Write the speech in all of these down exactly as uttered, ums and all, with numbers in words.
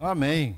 Amém.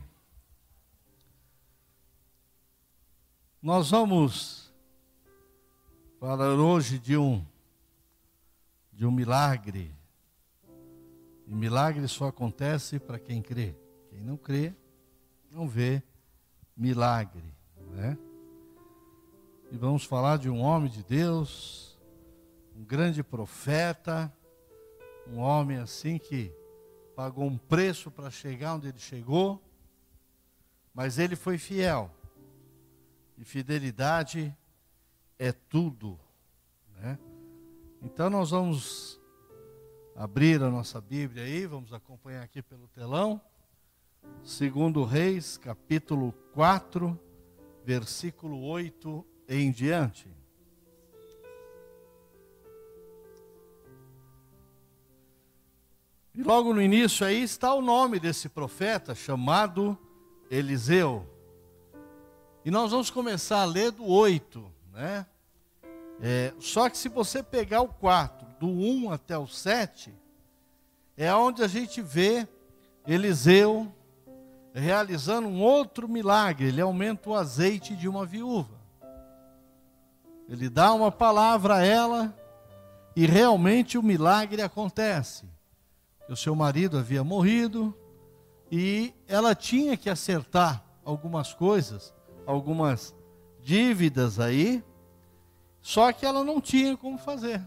Nós vamos falar hoje de um, de um milagre. E milagre só acontece para quem crê. Quem não crê, não vê milagre, né? E vamos falar de um homem de Deus, um grande profeta, um homem assim que pagou um preço para chegar onde ele chegou, mas ele foi fiel. E fidelidade é tudo, né? Então nós vamos abrir a nossa Bíblia aí, vamos acompanhar aqui pelo telão. Segundo Reis, capítulo quatro, versículo oito em diante. E logo no início aí está o nome desse profeta, chamado Eliseu. E nós vamos começar a ler do oito, né? É, só que se você pegar o quatro, do um até o sete, é onde a gente vê Eliseu realizando um outro milagre. Ele aumenta o azeite de uma viúva. Ele dá uma palavra a ela e realmente o milagre acontece. O seu marido havia morrido e ela tinha que acertar algumas coisas, algumas dívidas aí, só que ela não tinha como fazer.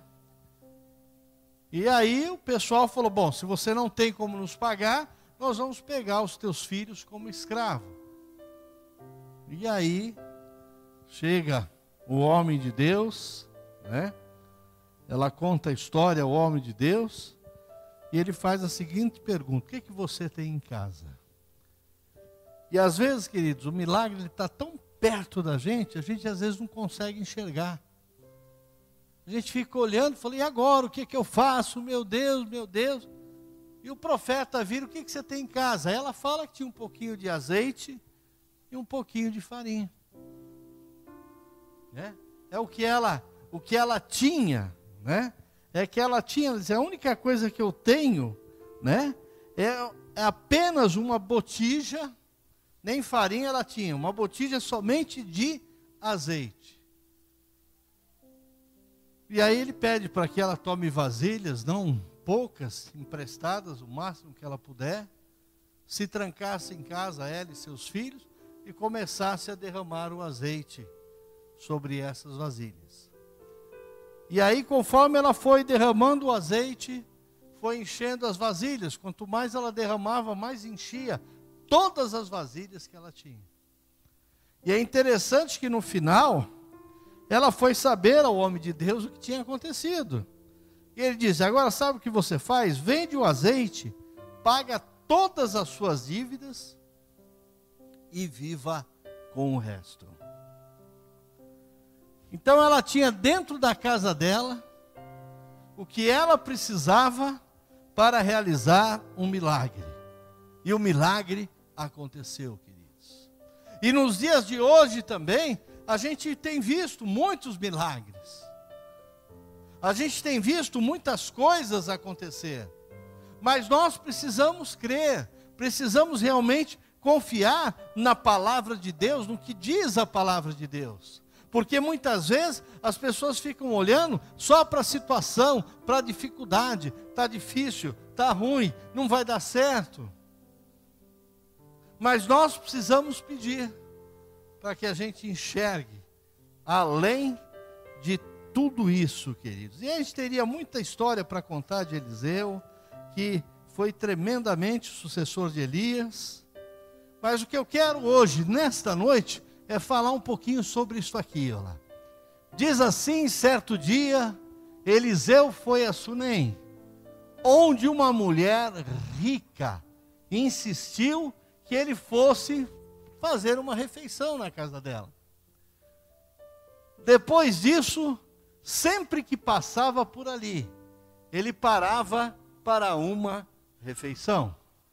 E aí o pessoal falou: bom, se você não tem como nos pagar, nós vamos pegar os teus filhos como escravo. E aí chega o homem de Deus, né? Ela conta a história ao homem de Deus. E ele faz a seguinte pergunta: o que, que você tem em casa? E às vezes, queridos, o milagre está tão perto da gente, a gente às vezes não consegue enxergar. A gente fica olhando e fala: e agora, o que, que eu faço? Meu Deus, meu Deus. E o profeta vira: o que, que você tem em casa? Ela fala que tinha um pouquinho de azeite e um pouquinho de farinha. É, é o que ela, o que ela tinha, né? É que ela tinha, ela disse, a única coisa que eu tenho, né, é, é apenas uma botija, nem farinha ela tinha, uma botija somente de azeite. E aí ele pede para que ela tome vasilhas, não poucas, emprestadas, o máximo que ela puder, se trancasse em casa, ela e seus filhos, e começasse a derramar o azeite sobre essas vasilhas. E aí, conforme ela foi derramando o azeite, foi enchendo as vasilhas. Quanto mais ela derramava, mais enchia todas as vasilhas que ela tinha. E é interessante que no final, ela foi saber ao homem de Deus o que tinha acontecido. E ele disse: agora sabe o que você faz? Vende o azeite, paga todas as suas dívidas e viva com o resto. Então ela tinha dentro da casa dela o que ela precisava para realizar um milagre. E o milagre aconteceu, queridos. E nos dias de hoje também, a gente tem visto muitos milagres. A gente tem visto muitas coisas acontecer. Mas nós precisamos crer, precisamos realmente confiar na palavra de Deus, no que diz a palavra de Deus. Porque muitas vezes as pessoas ficam olhando só para a situação, para a dificuldade. Está difícil, está ruim, não vai dar certo. Mas nós precisamos pedir para que a gente enxergue além de tudo isso, queridos. E a gente teria muita história para contar de Eliseu, que foi tremendamente sucessor de Elias. Mas o que eu quero hoje, nesta noite, é falar um pouquinho sobre isso aqui, ó lá. Diz assim: certo dia, Eliseu foi a Sunem, onde uma mulher rica insistiu que ele fosse fazer uma refeição na casa dela. Depois disso, sempre que passava por ali, ele parava para uma refeição.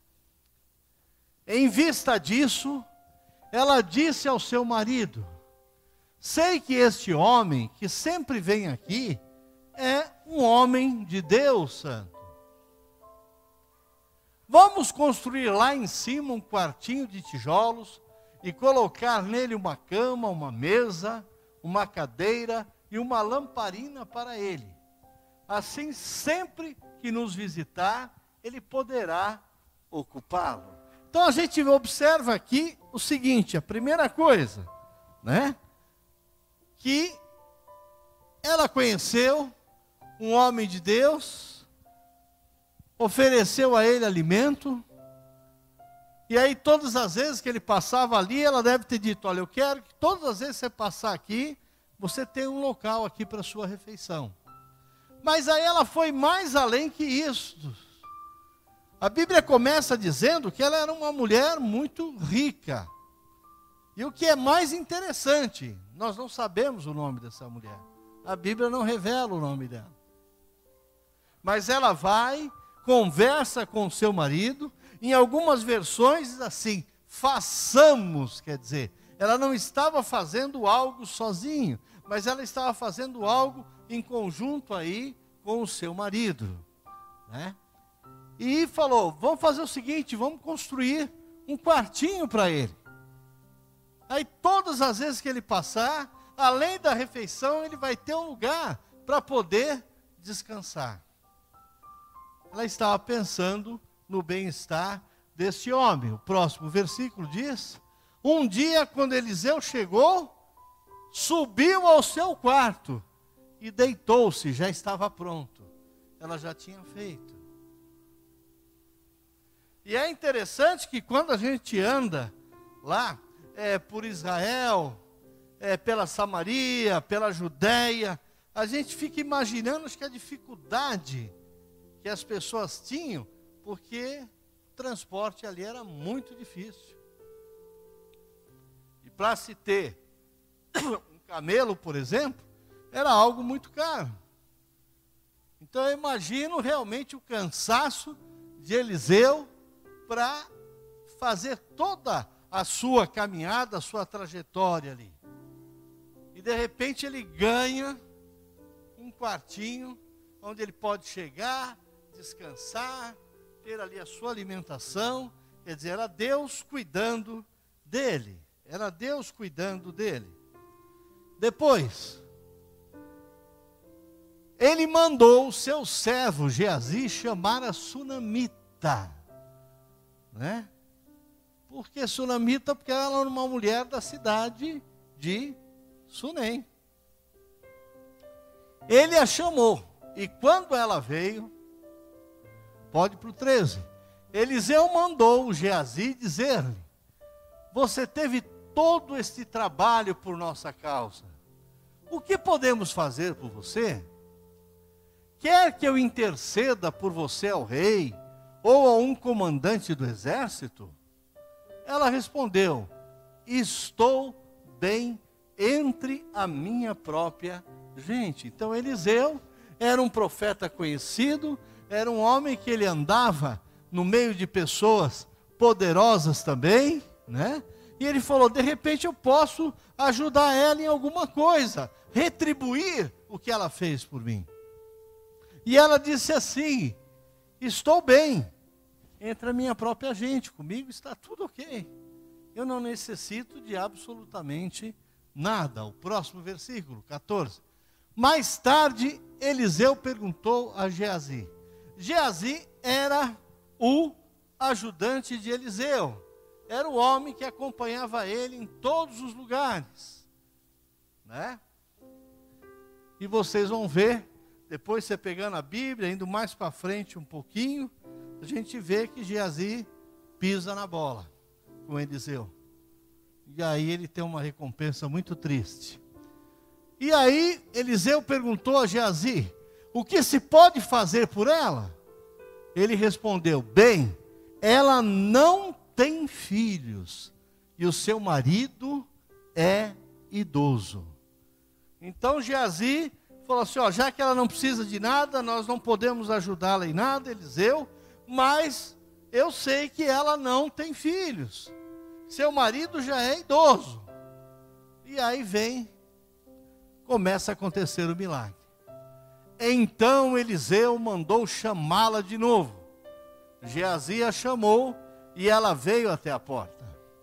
Em vista disso, ela disse ao seu marido: sei que este homem que sempre vem aqui é um homem de Deus santo. vamos construir lá em cima um quartinho de tijolos e colocar nele uma cama, uma mesa, uma cadeira e uma lamparina para ele. Assim, sempre que nos visitar, ele poderá ocupá-lo. Então a gente observa aqui o seguinte, a primeira coisa, né? Que ela conheceu um homem de Deus, ofereceu a ele alimento, e aí todas as vezes que ele passava ali, ela deve ter dito, olha, eu quero que todas as vezes que você passar aqui, você tenha um local aqui para a sua refeição. Mas aí ela foi mais além que isso. A Bíblia começa dizendo que ela era uma mulher muito rica. E o que é mais interessante, nós não sabemos o nome dessa mulher. A Bíblia não revela o nome dela. Mas ela vai, conversa com o seu marido, em algumas versões diz assim, façamos, quer dizer, ela não estava fazendo algo sozinho, mas ela estava fazendo algo em conjunto aí com o seu marido, né? E falou, vamos fazer o seguinte, vamos construir um quartinho para ele. Aí todas as vezes que ele passar, além da refeição, ele vai ter um lugar para poder descansar. Ela estava pensando no bem-estar desse homem. O próximo versículo diz, um dia quando Eliseu chegou, subiu ao seu quarto e deitou-se, já estava pronto. Ela já tinha feito. E é interessante que quando a gente anda lá, é, por Israel, é, pela Samaria, pela Judéia, a gente fica imaginando acho que a dificuldade que as pessoas tinham, porque o transporte ali era muito difícil. E para se ter um camelo, por exemplo, era algo muito caro. Então eu imagino realmente o cansaço de Eliseu para fazer toda a sua caminhada, a sua trajetória ali. E de repente ele ganha um quartinho onde ele pode chegar, descansar, ter ali a sua alimentação. Quer dizer, era Deus cuidando dele. Era Deus cuidando dele. Depois, ele mandou o seu servo Geazi chamar a sunamita, né? Por que sunamita? Porque ela era uma mulher da cidade de Sunem. Ele a chamou, e quando ela veio, pode para o treze, Eliseu mandou o Geazi dizer-lhe, você teve todo este trabalho por nossa causa, o que podemos fazer por você? Quer que eu interceda por você ao rei, ou a um comandante do exército? Ela respondeu, estou bem entre a minha própria gente. Então Eliseu era um profeta conhecido, era um homem que ele andava no meio de pessoas poderosas também, né? E ele falou, de repente eu posso ajudar ela em alguma coisa, retribuir o que ela fez por mim. E ela disse assim, estou bem entre a minha própria gente, comigo está tudo ok. Eu não necessito de absolutamente nada. O próximo versículo, quatorze. Mais tarde, Eliseu perguntou a Geazi. Geazi era o ajudante de Eliseu. Era o homem que acompanhava ele em todos os lugares, né? E vocês vão ver, depois você pegando a Bíblia, indo mais para frente um pouquinho, a gente vê que Geazi pisa na bola com Eliseu. E aí ele tem uma recompensa muito triste. E aí Eliseu perguntou a Geazi, o que se pode fazer por ela? Ele respondeu, bem, ela não tem filhos e o seu marido é idoso. Então Geazi falou assim, ó, já que ela não precisa de nada, nós não podemos ajudá-la em nada, Eliseu, mas eu sei que ela não tem filhos. Seu marido já é idoso. E aí vem, começa a acontecer o milagre. Então Eliseu mandou chamá-la de novo. Geazi a chamou e ela veio até a porta.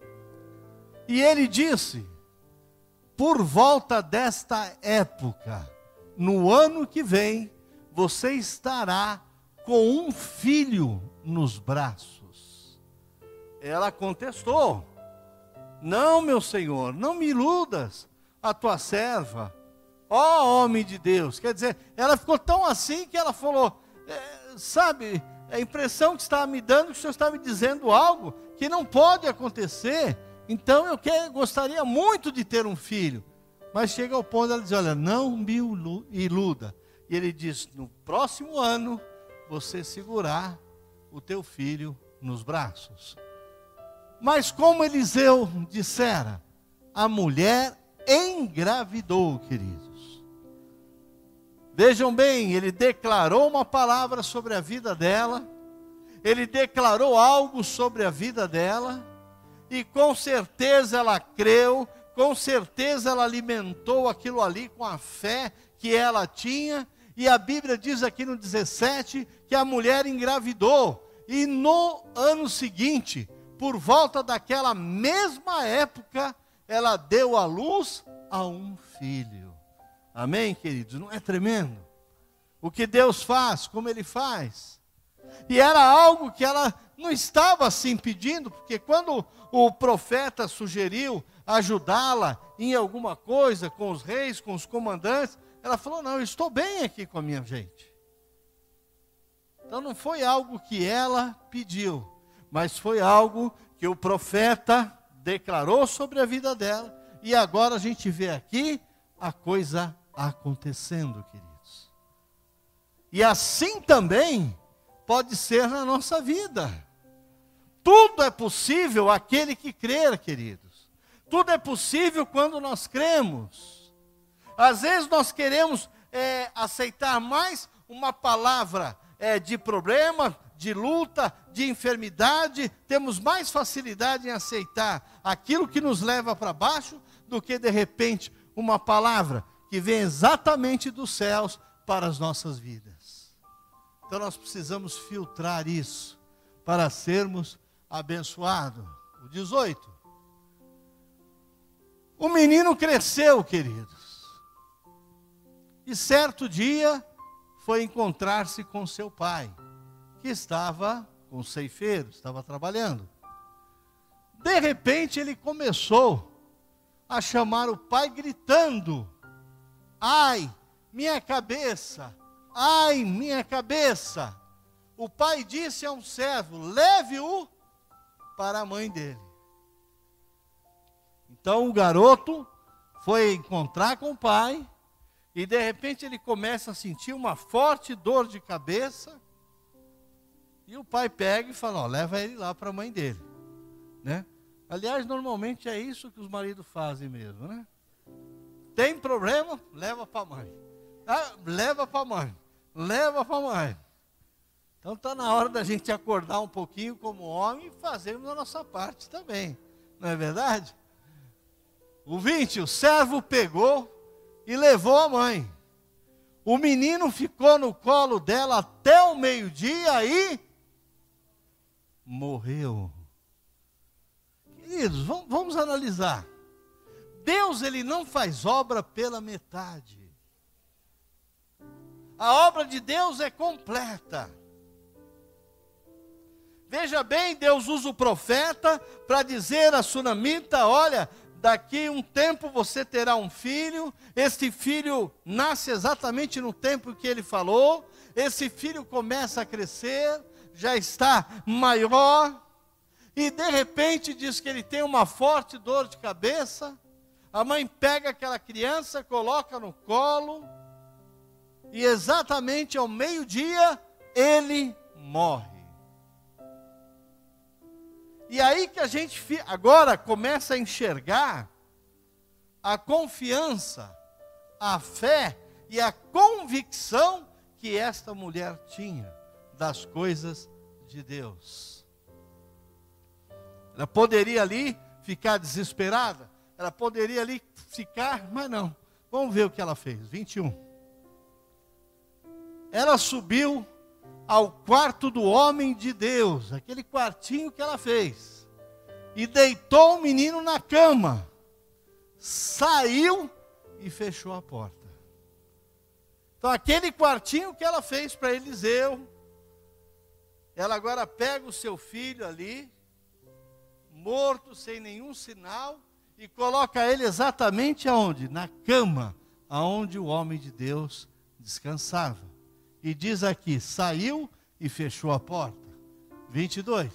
E ele disse: por volta desta época, no ano que vem, você estará com um filho nos braços. Ela contestou: não, meu senhor, não me iludas, a tua serva, ó homem de Deus. Quer dizer, ela ficou tão assim que ela falou, é, sabe, a impressão que está me dando, que o senhor está me dizendo algo que não pode acontecer. Então eu quero, gostaria muito de ter um filho. Mas chega ao ponto, ela diz: olha, não me iluda. E ele diz: no próximo ano, você segurar o teu filho nos braços. Mas como Eliseu dissera, a mulher engravidou, queridos. Vejam bem, ele declarou uma palavra sobre a vida dela, ele declarou algo sobre a vida dela, e com certeza ela creu, com certeza ela alimentou aquilo ali com a fé que ela tinha, e a Bíblia diz aqui no dezessete, que a mulher engravidou, e no ano seguinte, por volta daquela mesma época, ela deu à luz a um filho. Amém, queridos? Não é tremendo? O que Deus faz, como Ele faz. E era algo que ela não estava assim pedindo, porque quando o profeta sugeriu ajudá-la em alguma coisa, com os reis, com os comandantes, ela falou: não, eu estou bem aqui com a minha gente. Então não foi algo que ela pediu, mas foi algo que o profeta declarou sobre a vida dela, e agora a gente vê aqui a coisa acontecendo, queridos. E assim também pode ser na nossa vida. Tudo é possível àquele que crer, queridos. Tudo é possível quando nós cremos. Às vezes nós queremos é, aceitar mais uma palavra é, de problema, de luta, de enfermidade. Temos mais facilidade em aceitar aquilo que nos leva para baixo do que de repente uma palavra que vem exatamente dos céus para as nossas vidas. Então nós precisamos filtrar isso para sermos abençoados. O dezoito. O menino cresceu, queridos. E certo dia foi encontrar-se com seu pai, que estava com o ceifeiro, estava trabalhando. De repente ele começou a chamar o pai gritando: ai, minha cabeça, ai, minha cabeça. O pai disse a um servo: leve-o para a mãe dele. Então o garoto foi encontrar com o pai, e de repente ele começa a sentir uma forte dor de cabeça, e o pai pega e fala: ó, leva ele lá para a mãe dele, né? Aliás, normalmente é isso que os maridos fazem mesmo, né? Tem problema? Leva para a mãe. Ah, leva para a mãe. Leva para a mãe. Então está na hora da gente acordar um pouquinho como homem e fazermos a nossa parte também. Não é verdade? O vinte, o servo pegou e levou a mãe. O menino ficou no colo dela até o meio-dia e morreu. Queridos, vamos, vamos analisar. Deus, ele não faz obra pela metade. A obra de Deus é completa. Veja bem, Deus usa o profeta para dizer a sunamita: olha, daqui um tempo você terá um filho. Esse filho nasce exatamente no tempo que ele falou. Esse filho começa a crescer, já está maior. E de repente diz que ele tem uma forte dor de cabeça. A mãe pega aquela criança, coloca no colo, e exatamente ao meio-dia ele morre. E aí que a gente agora começa a enxergar a confiança, a fé e a convicção que esta mulher tinha das coisas de Deus. Ela poderia ali ficar desesperada, ela poderia ali ficar, mas não. Vamos ver o que ela fez. vinte e um. Ela subiu ao quarto do homem de Deus, aquele quartinho que ela fez, e deitou o menino na cama, saiu e fechou a porta. Então aquele quartinho que ela fez para Eliseu, ela agora pega o seu filho ali, morto, sem nenhum sinal, e coloca ele exatamente aonde? Na cama, aonde o homem de Deus descansava. E diz aqui, saiu e fechou a porta. vinte e dois.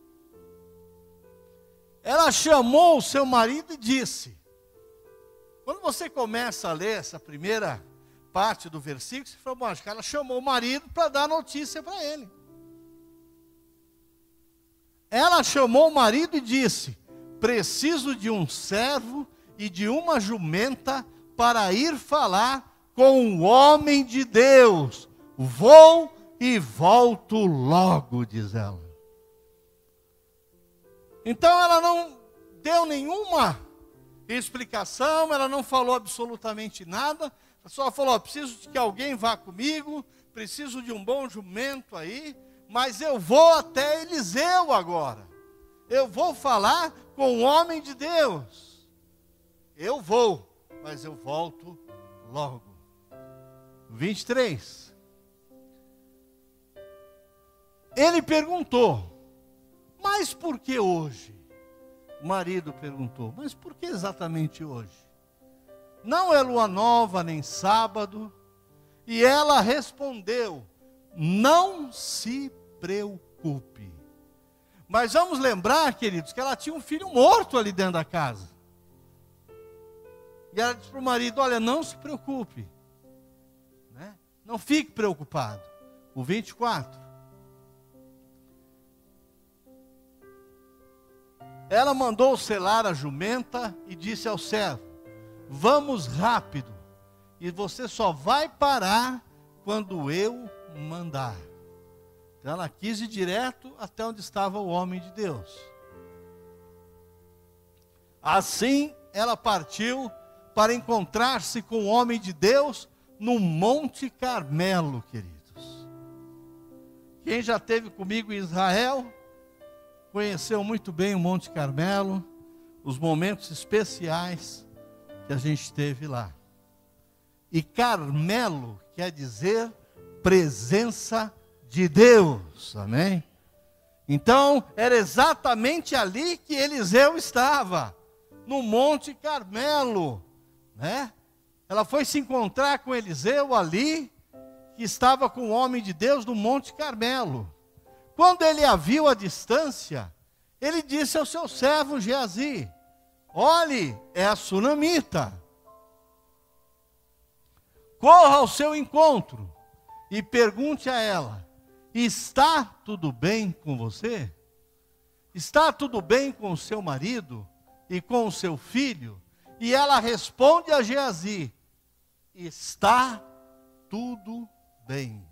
Ela chamou o seu marido e disse, quando você começa a ler essa primeira parte do versículo, você fala, bom, acho que ela chamou o marido para dar notícia para ele. Ela chamou o marido e disse, preciso de um servo e de uma jumenta para ir falar com o homem de Deus. Vou e volto logo, diz ela. Então ela não deu nenhuma explicação, ela não falou absolutamente nada, só falou, preciso de que alguém vá comigo, preciso de um bom jumento aí, mas eu vou até Eliseu agora. Eu vou falar com o homem de Deus. Eu vou, mas eu volto logo. vinte e três. Ele perguntou, mas por que hoje? O marido perguntou, mas por que exatamente hoje? Não é lua nova nem sábado. E ela respondeu, não se preocupe. Mas vamos lembrar, queridos, que ela tinha um filho morto ali dentro da casa. E ela disse para o marido, olha, não se preocupe. Né? Não fique preocupado. O vinte e quatro. Ela mandou selar a jumenta e disse ao servo, vamos rápido, e você só vai parar quando eu mandar. Então ela quis ir direto até onde estava o homem de Deus. Assim ela partiu para encontrar-se com o homem de Deus no Monte Carmelo, queridos. Quem já esteve comigo em Israel, conheceu muito bem o Monte Carmelo, os momentos especiais que a gente teve lá. E Carmelo quer dizer presença de Deus, amém? Então, era exatamente ali que Eliseu estava, no Monte Carmelo, né? Ela foi se encontrar com Eliseu ali, que estava com o homem de Deus no Monte Carmelo. Quando ele a viu à distância, ele disse ao seu servo Geazi, olhe, é a sunamita. Corra ao seu encontro e pergunte a ela, está tudo bem com você? Está tudo bem com o seu marido e com o seu filho? E ela responde a Geazi, está tudo bem.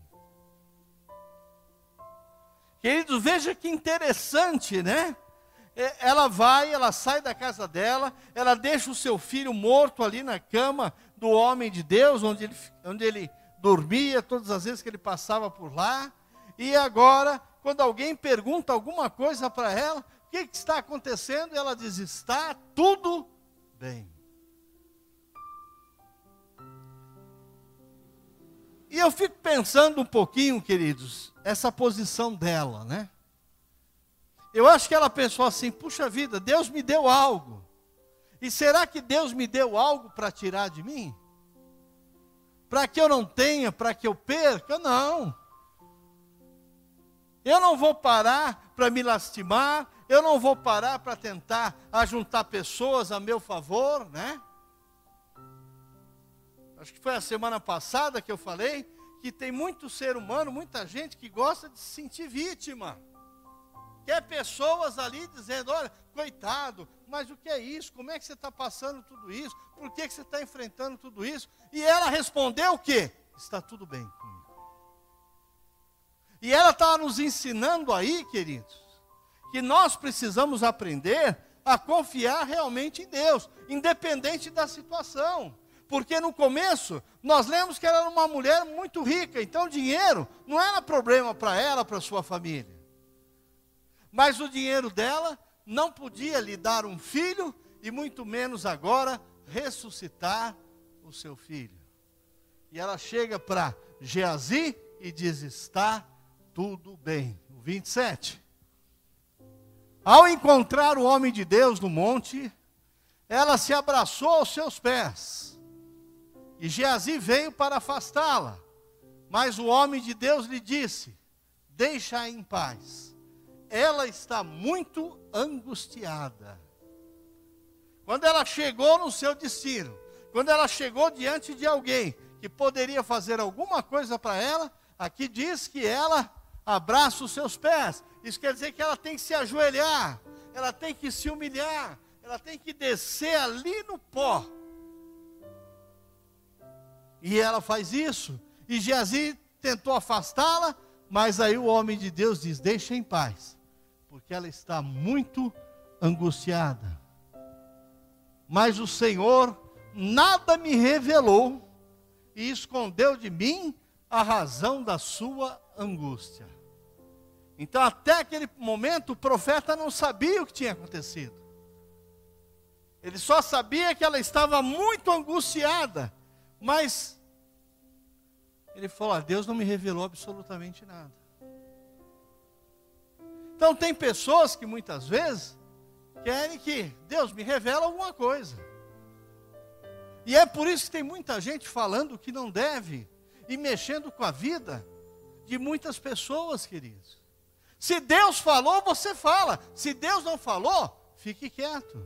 Queridos, veja que interessante, né? Ela vai, ela sai da casa dela, ela deixa o seu filho morto ali na cama do homem de Deus, onde ele, onde ele dormia todas as vezes que ele passava por lá. E agora, quando alguém pergunta alguma coisa para ela, o que, que está acontecendo? Ela diz, está tudo bem. E eu fico pensando um pouquinho, queridos, essa posição dela, né? Eu acho que ela pensou assim, puxa vida, Deus me deu algo. E será que Deus me deu algo para tirar de mim? Para que eu não tenha, para que eu perca? Não. Eu não vou parar para me lastimar, eu não vou parar para tentar ajuntar pessoas a meu favor, né? Acho que foi a semana passada que eu falei que tem muito ser humano, muita gente que gosta de se sentir vítima. Quer pessoas ali dizendo, olha, coitado, mas o que é isso? Como é que você está passando tudo isso? Por que, que você está enfrentando tudo isso? E ela respondeu o quê? Está tudo bem comigo. E ela está nos ensinando aí, queridos, que nós precisamos aprender a confiar realmente em Deus, independente da situação. Porque no começo, nós lemos que ela era uma mulher muito rica, então dinheiro não era problema para ela, para sua família. Mas o dinheiro dela não podia lhe dar um filho, e muito menos agora ressuscitar o seu filho. E ela chega para Geazi e diz: está tudo bem. O vinte e sete. Ao encontrar o homem de Deus no monte, ela se abraçou aos seus pés. E Geazi veio para afastá-la. Mas o homem de Deus lhe disse: deixa-a em paz. Ela está muito angustiada. Quando ela chegou no seu destino, quando ela chegou diante de alguém que poderia fazer alguma coisa para ela, aqui diz que ela abraça os seus pés. Isso quer dizer que ela tem que se ajoelhar, ela tem que se humilhar, ela tem que descer ali no pó. E ela faz isso. E Geazi tentou afastá-la, mas aí o homem de Deus diz: deixa em paz, porque ela está muito angustiada. Mas o Senhor nada me revelou e escondeu de mim a razão da sua angústia. Então, até aquele momento, o profeta não sabia o que tinha acontecido. Ele só sabia que ela estava muito angustiada. Mas ele falou: ah, Deus não me revelou absolutamente nada. Então, tem pessoas que muitas vezes querem que Deus me revele alguma coisa. E é por isso que tem muita gente falando que não deve e mexendo com a vida de muitas pessoas, queridos. Se Deus falou, você fala. Se Deus não falou, fique quieto.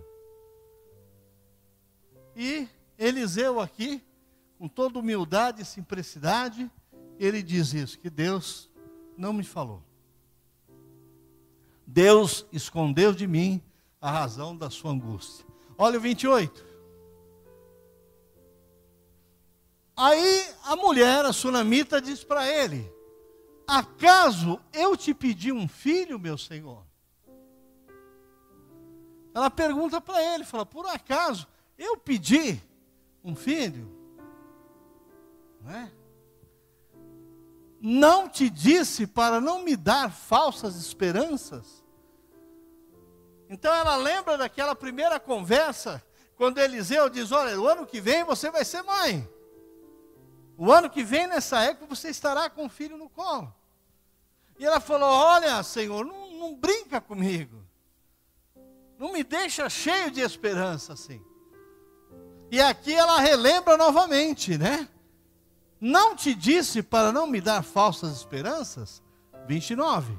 E Eliseu aqui, com toda humildade e simplicidade, ele diz isso, que Deus não me falou. Deus escondeu de mim a razão da sua angústia. Olha o vinte e oito. Aí a mulher, a sunamita, diz para ele: acaso eu te pedi um filho, meu senhor? Ela pergunta para ele, fala: por acaso eu pedi um filho? Não é? Não te disse para não me dar falsas esperanças? Então ela lembra daquela primeira conversa, quando Eliseu diz: olha, o ano que vem você vai ser mãe. O ano que vem, nessa época, você estará com o filho no colo. E ela falou: olha, Senhor, não, não brinca comigo. Não me deixa cheio de esperança assim. E aqui ela relembra novamente, né? Não te disse para não me dar falsas esperanças? vinte e nove.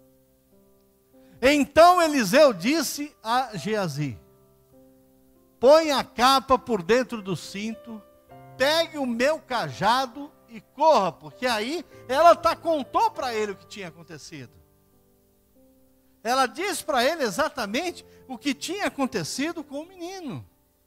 Então Eliseu disse a Geazi: põe a capa por dentro do cinto, pegue o meu cajado e corra, porque aí ela tá, contou para ele o que tinha acontecido. Ela diz para ele exatamente o que tinha acontecido com o menino.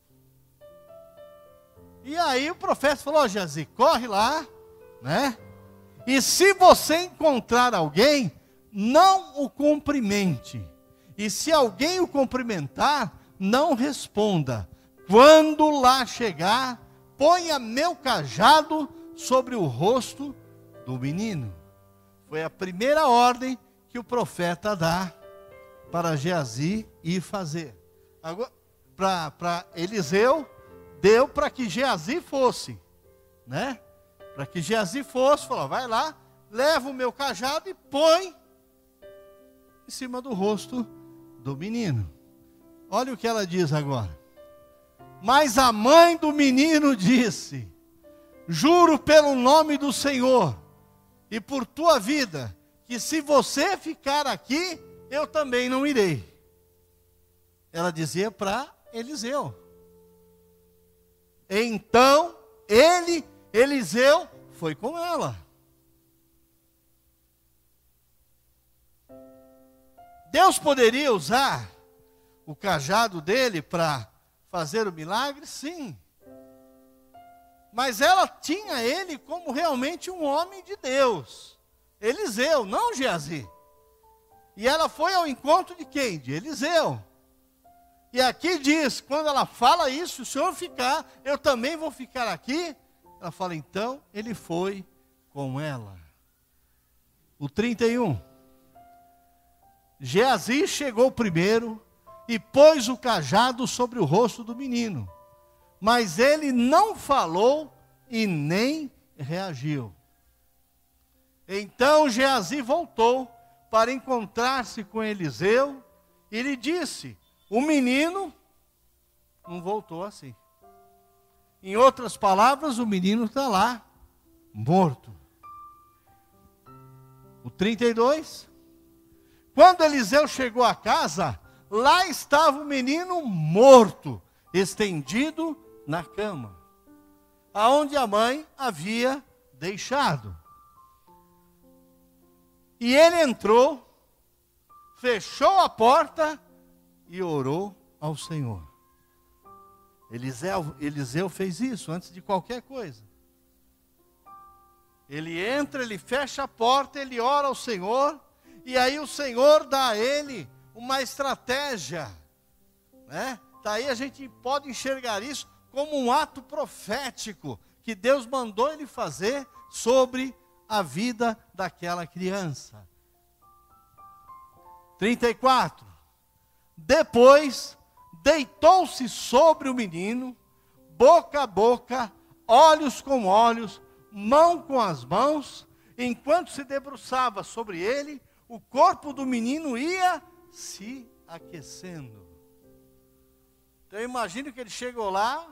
E aí o profeta falou: ó, Geazi, corre lá, né? E se você encontrar alguém, não o cumprimente. E se alguém o cumprimentar, não responda. Quando lá chegar, ponha meu cajado sobre o rosto do menino. Foi a primeira ordem que o profeta dá para Geazi ir fazer. Agora, para Eliseu, deu para que Geazi fosse, né? Para que Geazi fosse, falou: vai lá, leva o meu cajado e põe em cima do rosto do menino. Olha o que ela diz agora. Mas a mãe do menino disse: juro pelo nome do Senhor e por tua vida, que se você ficar aqui, eu também não irei. Ela dizia para Eliseu. Então ele, Eliseu, foi com ela. Deus poderia usar o cajado dele para fazer o milagre? Sim. Mas ela tinha ele como realmente um homem de Deus. Eliseu, não Geazi. E ela foi ao encontro de quem? De Eliseu. E aqui diz, quando ela fala isso, se o senhor ficar, eu também vou ficar aqui. Ela fala, então, ele foi com ela. O trinta e um. Geazi chegou primeiro e pôs o cajado sobre o rosto do menino. Mas ele não falou e nem reagiu. Então Geazi voltou para encontrar-se com Eliseu e lhe disse, o menino não voltou assim. Em outras palavras, o menino está lá, morto. O trinta e dois. Quando Eliseu chegou à casa, lá estava o menino morto, estendido na cama, aonde a mãe havia deixado. E ele entrou, fechou a porta e orou ao Senhor. Eliseu, Eliseu fez isso antes de qualquer coisa. Ele entra, ele fecha a porta, ele ora ao Senhor, e aí o Senhor dá a ele uma estratégia, né? Daí a gente pode enxergar isso como um ato profético que Deus mandou ele fazer sobre a vida daquela criança. trinta e quatro. Depois, deitou-se sobre o menino, boca a boca, olhos com olhos, mão com as mãos, enquanto se debruçava sobre ele, o corpo do menino ia se aquecendo. Então eu imagino que ele chegou lá,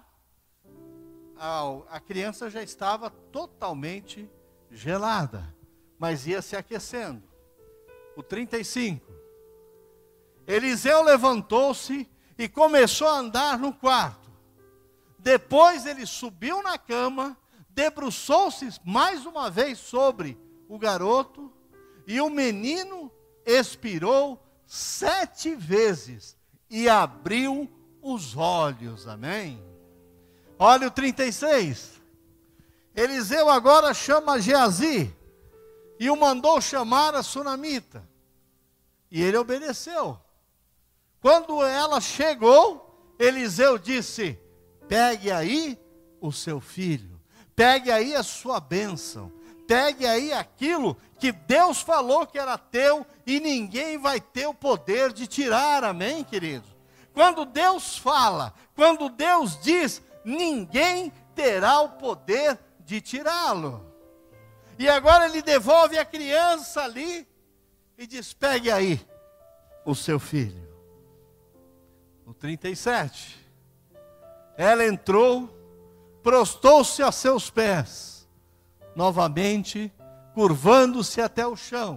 a, a criança já estava totalmente gelada, mas ia se aquecendo. O trinta e cinco. Eliseu levantou-se e começou a andar no quarto. Depois ele subiu na cama, debruçou-se mais uma vez sobre o garoto, e o menino expirou sete vezes e abriu os olhos. Amém? Olha o trinta e seis. Eliseu agora chama Geazi e o mandou chamar a sunamita. E ele obedeceu. Quando ela chegou, Eliseu disse, pegue aí o seu filho, pegue aí a sua bênção, pegue aí aquilo que Deus falou que era teu e ninguém vai ter o poder de tirar, amém, queridos? Quando Deus fala, quando Deus diz, ninguém terá o poder de tirá-lo. E agora ele devolve a criança ali e diz, pegue aí o seu filho. O trinta e sete. Ela entrou, prostou-se a seus pés, novamente, curvando-se até o chão.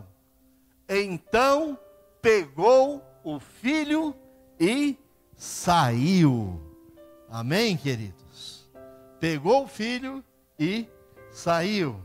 Então, pegou o filho e saiu. Amém, queridos? Pegou o filho e saiu.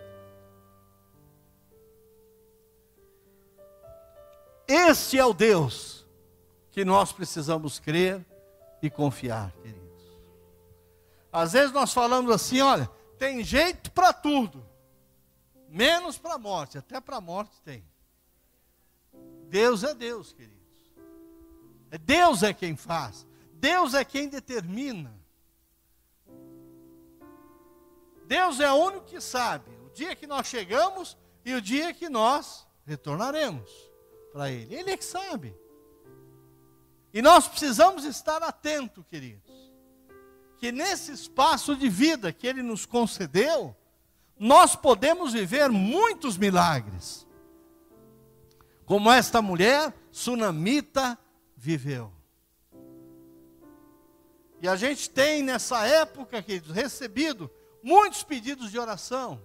Este é o Deus que nós precisamos crer e confiar, queridos. Às vezes nós falamos assim, olha, tem jeito para tudo, menos para a morte. Até para a morte tem. Deus é Deus, queridos. Deus é quem faz. Deus é quem determina. Deus é o único que sabe o dia que nós chegamos e o dia que nós retornaremos para Ele. Ele é que sabe. E nós precisamos estar atentos, queridos, que nesse espaço de vida que Ele nos concedeu, nós podemos viver muitos milagres, como esta mulher sunamita viveu. E a gente tem nessa época, queridos, recebido muitos pedidos de oração.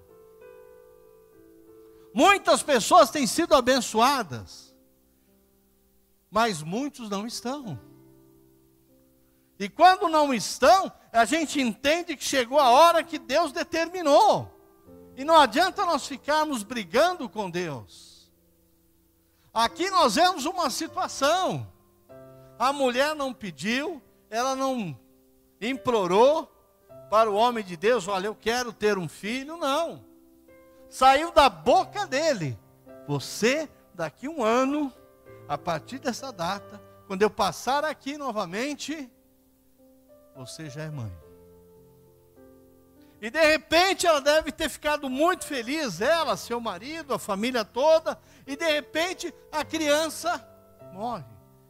Muitas pessoas têm sido abençoadas, mas muitos não estão. E quando não estão, a gente entende que chegou a hora que Deus determinou. E não adianta nós ficarmos brigando com Deus. Aqui nós vemos uma situação. A mulher não pediu, ela não implorou para o homem de Deus, olha, eu quero ter um filho, não. Saiu da boca dele, você daqui um ano, a partir dessa data, quando eu passar aqui novamente, você já é mãe. E de repente ela deve ter ficado muito feliz, ela, seu marido, a família toda, e de repente a criança morre.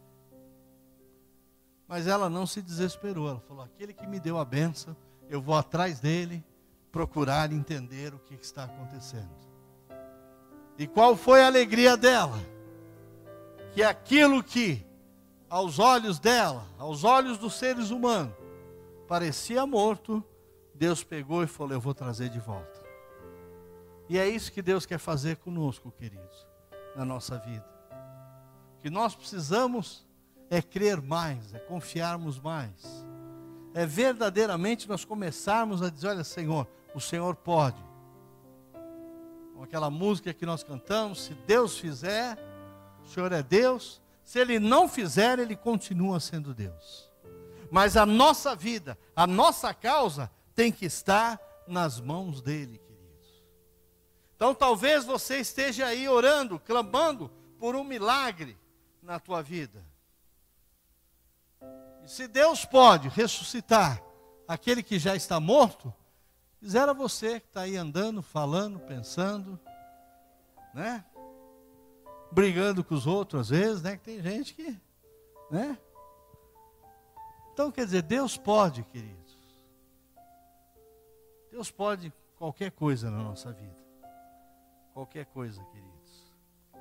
Mas ela não se desesperou, ela falou, aquele que me deu a bênção, eu vou atrás dele, procurar entender o que está acontecendo. E qual foi a alegria dela? Que aquilo que, aos olhos dela, aos olhos dos seres humanos, parecia morto, Deus pegou e falou, eu vou trazer de volta. E é isso que Deus quer fazer conosco, queridos, na nossa vida. O que nós precisamos é crer mais, é confiarmos mais. É verdadeiramente nós começarmos a dizer, olha Senhor, o Senhor pode. Com aquela música que nós cantamos, se Deus fizer, o Senhor é Deus. Se Ele não fizer, Ele continua sendo Deus. Mas a nossa vida, a nossa causa, tem que estar nas mãos dEle, queridos. Então talvez você esteja aí orando, clamando por um milagre na tua vida. E se Deus pode ressuscitar aquele que já está morto, quisera você que está aí andando, falando, pensando, né? Brigando com os outros às vezes, né? Que tem gente que, né? Então quer dizer, Deus pode, queridos. Deus pode qualquer coisa na nossa vida. Qualquer coisa, queridos.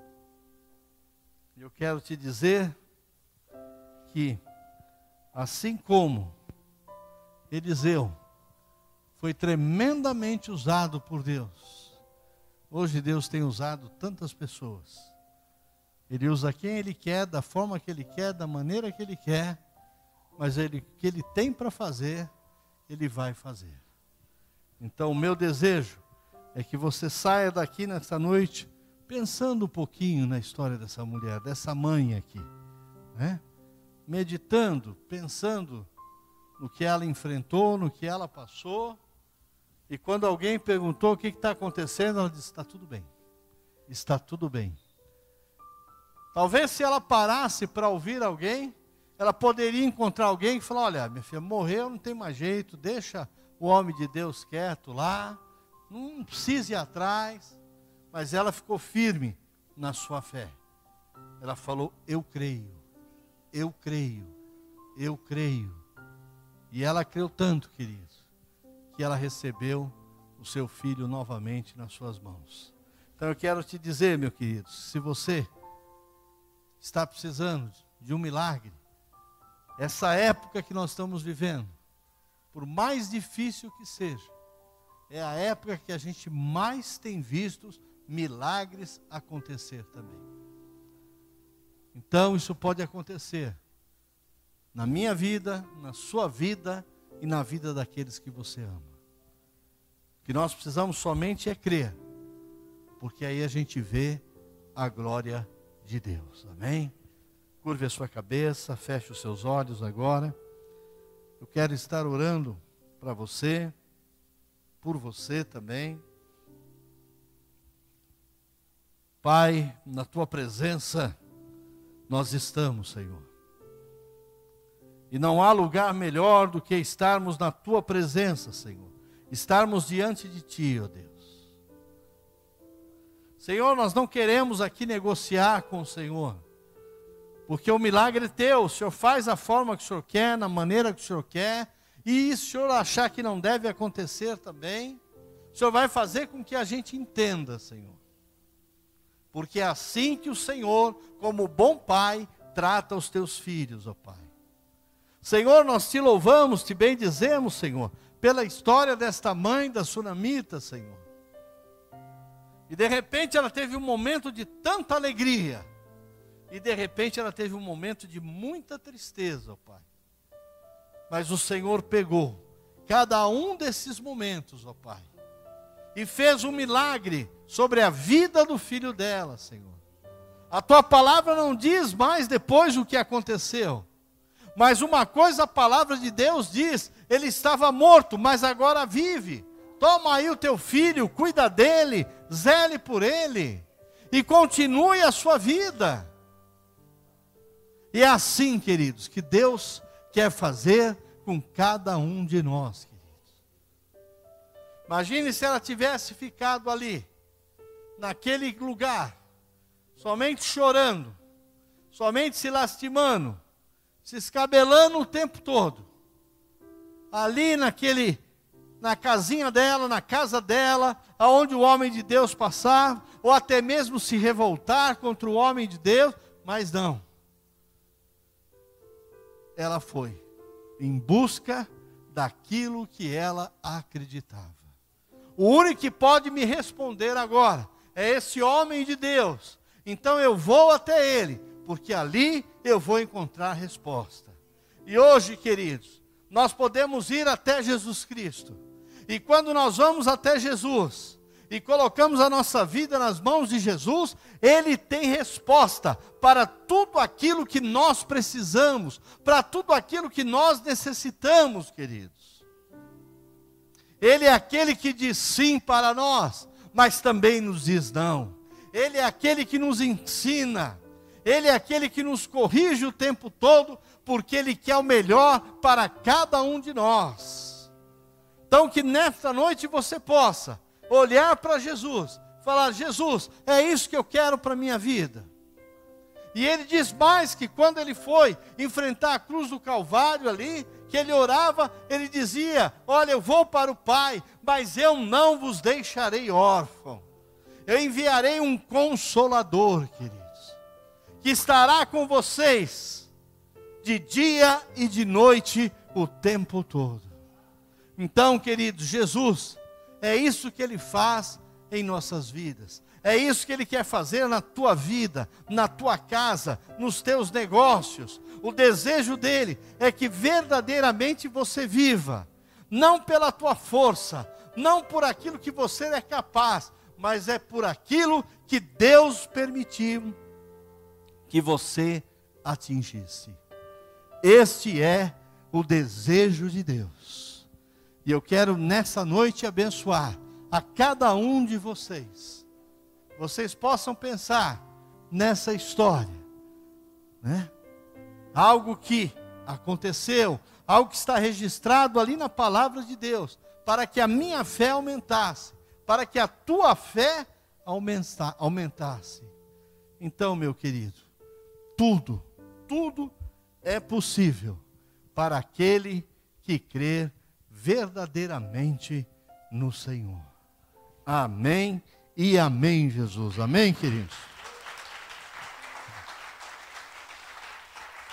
Eu quero te dizer que, assim como Eliseu foi tremendamente usado por Deus, hoje Deus tem usado tantas pessoas. Ele usa quem Ele quer, da forma que Ele quer, da maneira que Ele quer, mas ele, o que Ele tem para fazer, Ele vai fazer. Então o meu desejo é que você saia daqui nessa noite pensando um pouquinho na história dessa mulher, dessa mãe aqui, né? Meditando, pensando no que ela enfrentou, no que ela passou. E quando alguém perguntou o que está acontecendo, ela disse, está tudo bem, está tudo bem. Talvez se ela parasse para ouvir alguém, ela poderia encontrar alguém que falasse, olha, minha filha, morreu, não tem mais jeito, deixa o homem de Deus quieto lá, não precisa ir atrás. Mas ela ficou firme na sua fé. Ela falou, eu creio, eu creio, eu creio. E ela creu tanto, queridos, que ela recebeu o seu filho novamente nas suas mãos. Então eu quero te dizer, meu querido, se você está precisando de um milagre, essa época que nós estamos vivendo, por mais difícil que seja, é a época que a gente mais tem visto milagres acontecer também. Então isso pode acontecer na minha vida, na sua vida e na vida daqueles que você ama. O que nós precisamos somente é crer, porque aí a gente vê a glória de Deus. Amém? Curve a sua cabeça, feche os seus olhos agora. Eu quero estar orando para você, por você também. Pai, na Tua presença nós estamos, Senhor. E não há lugar melhor do que estarmos na Tua presença, Senhor. Estarmos diante de Ti, ó Deus. Senhor, nós não queremos aqui negociar com o Senhor, porque o milagre é Teu. O Senhor faz da forma que o Senhor quer, na maneira que o Senhor quer. E se o Senhor achar que não deve acontecer também, o Senhor vai fazer com que a gente entenda, Senhor. Porque é assim que o Senhor, como bom Pai, trata os Teus filhos, ó Pai. Senhor, nós Te louvamos, Te bendizemos, Senhor, pela história desta mãe da Sunamita, Senhor. E de repente ela teve um momento de tanta alegria. E de repente ela teve um momento de muita tristeza, ó Pai. Mas o Senhor pegou cada um desses momentos, ó Pai, e fez um milagre sobre a vida do filho dela, Senhor. A Tua palavra não diz mais depois o que aconteceu. Mas uma coisa a palavra de Deus diz, ele estava morto, mas agora vive. Toma aí o teu filho, cuida dele, zele por ele, e continue a sua vida. E é assim, queridos, que Deus quer fazer com cada um de nós, queridos. Imagine se ela tivesse ficado ali, naquele lugar, somente chorando, somente se lastimando, se escabelando o tempo todo. Ali naquele, na casinha dela, na casa dela, aonde o homem de Deus passar, ou até mesmo se revoltar contra o homem de Deus, mas não. Ela foi em busca daquilo que ela acreditava. O único que pode me responder agora é esse homem de Deus. Então eu vou até ele, porque ali eu vou encontrar resposta. E hoje, queridos, nós podemos ir até Jesus Cristo. E quando nós vamos até Jesus e colocamos a nossa vida nas mãos de Jesus, Ele tem resposta para tudo aquilo que nós precisamos, para tudo aquilo que nós necessitamos, queridos. Ele é aquele que diz sim para nós, mas também nos diz não. Ele é aquele que nos ensina, Ele é aquele que nos corrige o tempo todo, porque Ele quer o melhor para cada um de nós. Então que nesta noite você possa olhar para Jesus, falar: Jesus, é isso que eu quero para a minha vida. E ele diz mais, que quando ele foi enfrentar a cruz do Calvário ali, que ele orava, ele dizia: olha, eu vou para o Pai, mas eu não vos deixarei órfão. Eu enviarei um Consolador, queridos, que estará com vocês de dia e de noite o tempo todo. Então, queridos, Jesus, é isso que Ele faz em nossas vidas. É isso que Ele quer fazer na tua vida, na tua casa, nos teus negócios. O desejo dEle é que verdadeiramente você viva, não pela tua força, não por aquilo que você é capaz, mas é por aquilo que Deus permitiu que você atingisse. Este é o desejo de Deus. E eu quero nessa noite abençoar a cada um de vocês. Vocês possam pensar nessa história, né? Algo que aconteceu, algo que está registrado ali na palavra de Deus, para que a minha fé aumentasse, para que a tua fé aumenta, aumentasse. Então, meu querido, tudo, tudo é possível para aquele que crer verdadeiramente no Senhor. Amém e amém, Jesus. Amém, queridos?